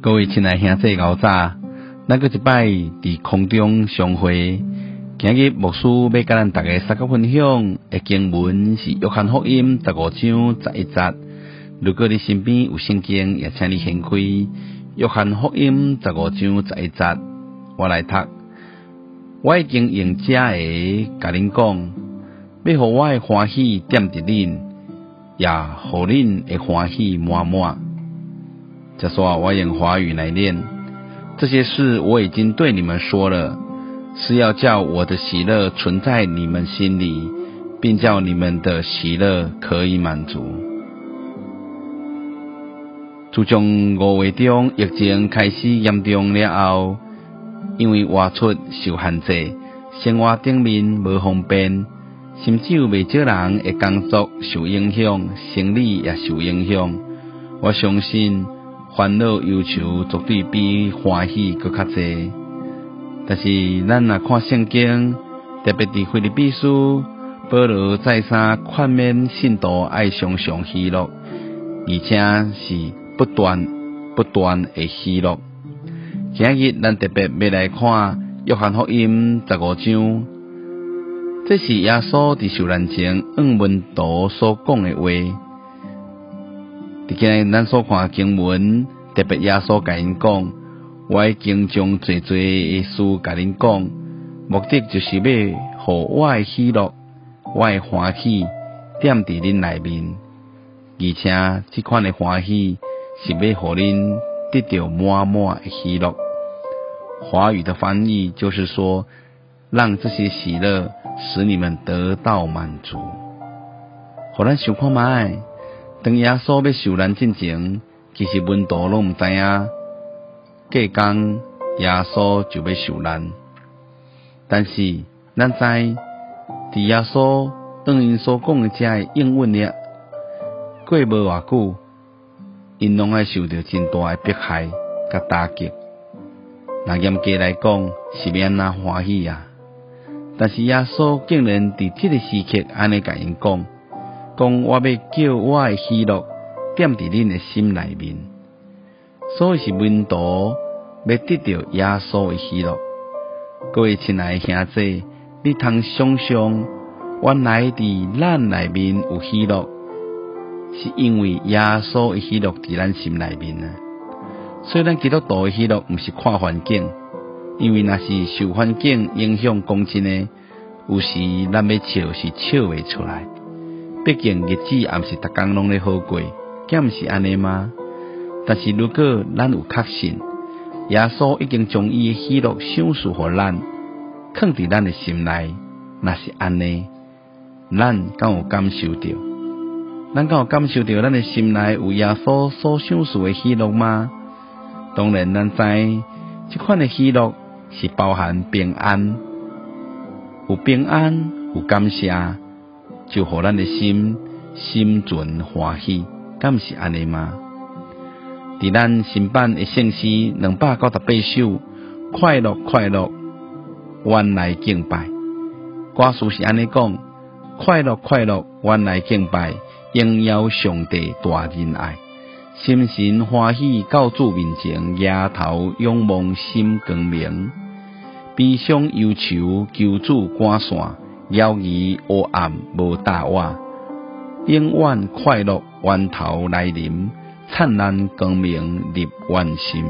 各位亲爱兄弟牛仔，咱搁一摆伫空中相会。今日牧师要甲咱大家三个分享的经文是约翰福音15章11节。如果你身边有圣经，也请你掀开约翰福音15章11节。我来读。我已经用这个甲恁讲，要互我的欢喜踮伫恁，也互恁的欢喜满满。再说我用华语来念，这些事我已经对你们说了，是要叫我的喜乐存在你们心里，并叫你们的喜乐可以满足。自从5月中疫情开始严重了后，因为外出受限制，生活顶面无方便，甚至有袂少人的工作受影响，生理也受影响。我相信烦恼忧愁绝对比欢喜搁较济。但是咱若看圣经，特别伫腓立比书，保罗再三劝勉信徒爱常常喜乐，而且是不断的喜乐。今日咱特别要来看约翰福音15章，这是耶稣伫受难前向门徒所讲的话。伫今日咱所看的经文，特别耶稣甲因讲，我已经将侪的事甲恁讲，目的就是要互我的喜乐、我的欢喜踮伫恁内面，而且这款的欢喜是要互恁得到满满的喜乐。华语的翻译就是说，让这些喜乐使你们得到满足。互咱想看卖，当耶稣要受难之前，其实门徒拢毋知影，隔天耶稣就要受难。但是咱知，伫耶稣当因所讲的这个应允了，过无偌久，因拢爱受到真大的迫害甲打击。若严格来讲，是要安怎欢喜啊？但是耶稣竟然伫这个时刻安尼甲因讲我要叫我的喜乐踮伫恁的心内面，所以是门徒要得到耶稣的喜乐。各位亲爱的兄弟，你通想象，原来伫咱内面有喜乐，是因为耶稣的喜乐伫咱心内面啊。所以咱基督徒的喜乐毋是看环境，因为若是受环境影响，讲真的，有时咱要笑是笑袂出来。毕竟日子也毋是逐工拢咧好过，敢毋是安尼吗？但是如果咱有确信，耶稣已经将伊的喜乐赏赐互咱，藏伫咱的心内，若是安尼，咱敢有感受到？咱敢有感受到咱的心内有耶稣所赏赐的喜乐吗？当然，咱知这款的喜乐是包含平安，有平安，有感谢，就互咱的心存欢喜，敢毋是安尼吗？伫咱新版的圣诗298首，快乐快乐，原来敬拜。歌词是安尼讲：快乐快乐，原来敬拜，荣耀上帝大仁爱。心神欢喜到主面前，仰头仰望心光明。悲伤忧愁求主赶散，妖异黑暗无大我。永远快乐源头来临，灿烂光明入愿心。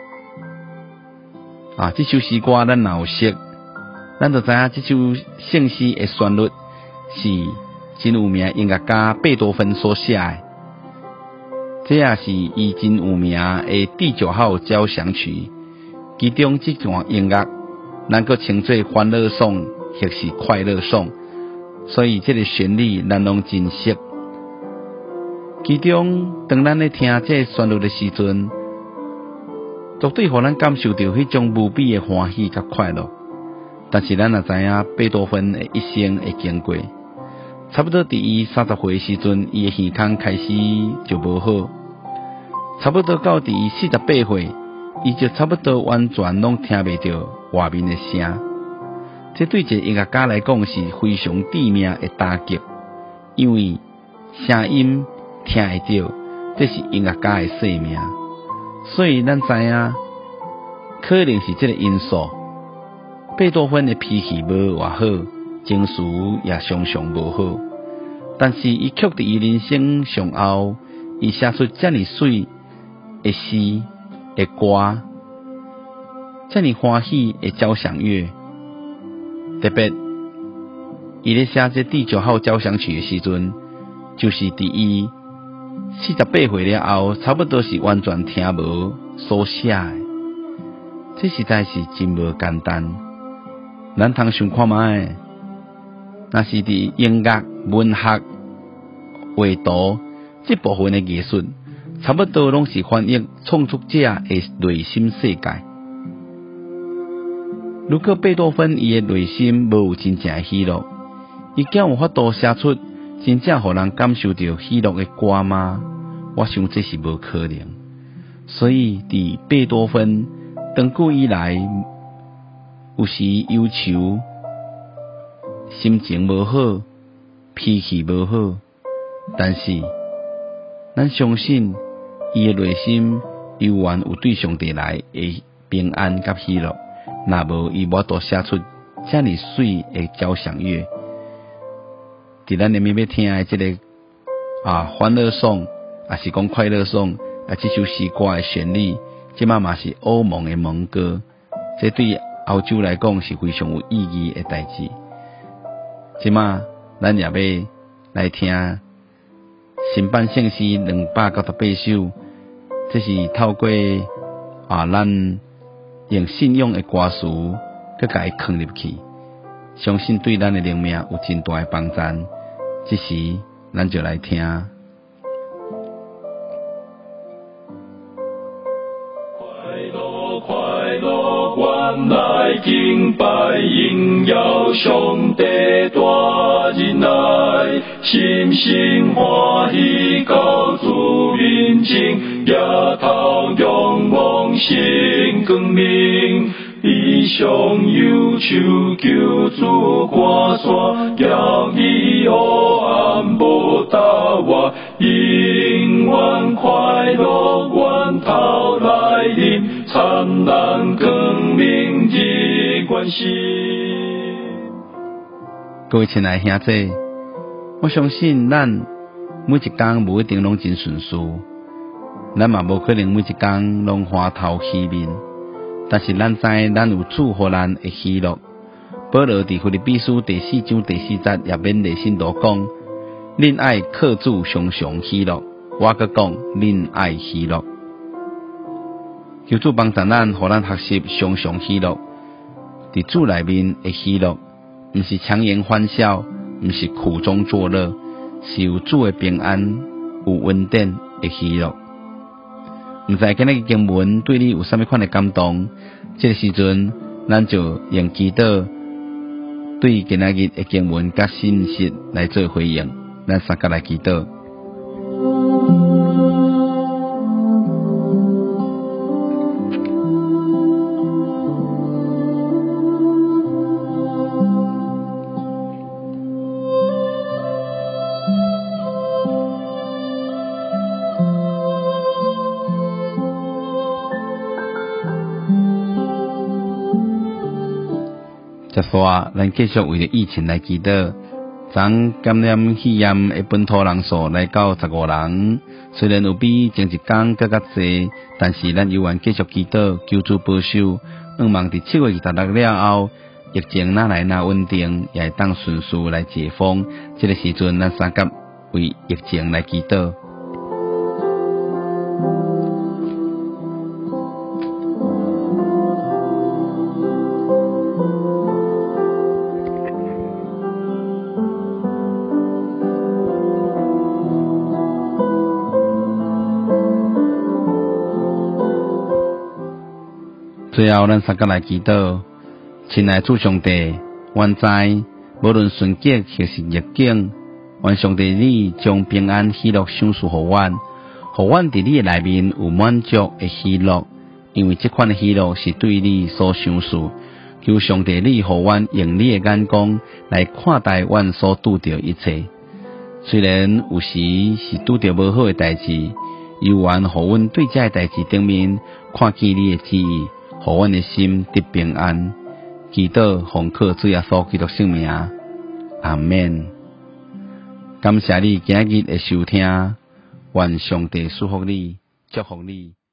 这首诗歌咱若有识，咱就知影这首圣诗的旋律是真有名音乐家贝多芬所写的。这也是伊真有名的第9号交响曲，其中这段音乐咱搁称作欢乐颂或是快乐颂，所以这个旋律咱拢真熟。其中当咱咧听这个旋律的时阵，绝对互咱感受到迄种无比的欢喜甲快乐。但是咱也知影贝多芬的一生的经过，差不多伫伊30岁时阵，伊的耳孔开始就无好，差不多到伫伊48岁，伊就差不多完全拢听袂到外面的声。这对一个音乐家来讲是非常致命的打击，因为声音听会到，这是音乐家的生命。 所以咱知影，可能是这个因素。贝多芬的脾气无偌好，情绪也常常无好，但是伊却伫伊人生上后，伊写出遮尔水的诗的歌，遮尔欢喜的交响乐。特别，伊咧写这第9号交响曲的时阵，就是伫伊48岁了后，差不多是完全听无所写的。这实在是真无简单。咱通想看卖，若是伫音乐、文学、画图这部分的艺术，差不多拢是翻译创作者的内心世界。如果贝多芬伊的内心无有真正的喜乐，伊竟有法度写出真正互人感受到喜乐的歌吗？我想这是无可能。所以伫贝多芬长久以来，有时忧愁，心情无好，脾气无好，但是咱相信伊的内心永远有对上帝来的平安甲喜乐。若无伊无多写出遮尔水的交响乐，伫咱下面要听的这个欢乐颂，也是讲快乐颂，这首诗歌的旋律，即嘛嘛是欧盟的盟歌，这对欧洲来讲是非常有意义的代志。即嘛咱也要来听新版圣诗298首，这是透过咱用信用的歌词，佮甲伊放入去，相信对咱的灵命有真大的帮助。这时，咱就来听。 快乐，快乐，原来敬拜荣耀上帝大人来，心心欢喜告主面前，夜头仰望星光明，以上忧愁求主关山，要以黑暗无打我，永远快乐源头来临，灿烂光明日关心。 各位亲爱兄弟，我相信咱每一天无一定拢真顺遂，咱嘛无可能每一天拢花头喜面，但是咱知咱有主互咱的喜乐。保罗伫腓立比书第4章第4节也勉励信徒讲：恁爱靠主常常喜乐。我阁讲，恁爱喜乐。求主帮助咱，互咱学习常常喜乐。伫主内面的喜乐，毋是强颜欢笑，毋是苦中作乐，是有主的平安，有稳定的喜乐。毋知今日的经文对你有啥物款的感动？这个时阵，咱就用祈祷对今日的经文甲信息来做回应。咱三个来祈祷。接下咱继续为了疫情来祈祷。昨感染肺炎的本土人数来到15人，虽然有比前一天更较侪，但是咱犹原继续祈祷，求主保守。盼望伫7月26日了后，疫情哪来哪稳定，也会当顺序来解封。这个时阵，咱三甲为疫情来祈祷。最后，咱三个来祈祷，亲爱主上帝，愿知无论顺境或是逆境，愿上帝你将平安喜乐赏赐互阮，互阮伫你内面有满足的喜乐，因为这款的喜乐是对你所赏赐。求上帝你互阮用你的眼光来看待阮所拄着一切，虽然有时是拄着无好的代志， 有缘互阮对这代志顶面看见你的旨意，互阮的心得平安。祈祷奉靠主耶稣基督圣名，阿免。感谢你今日的收听，愿上帝祝福你，祝福你。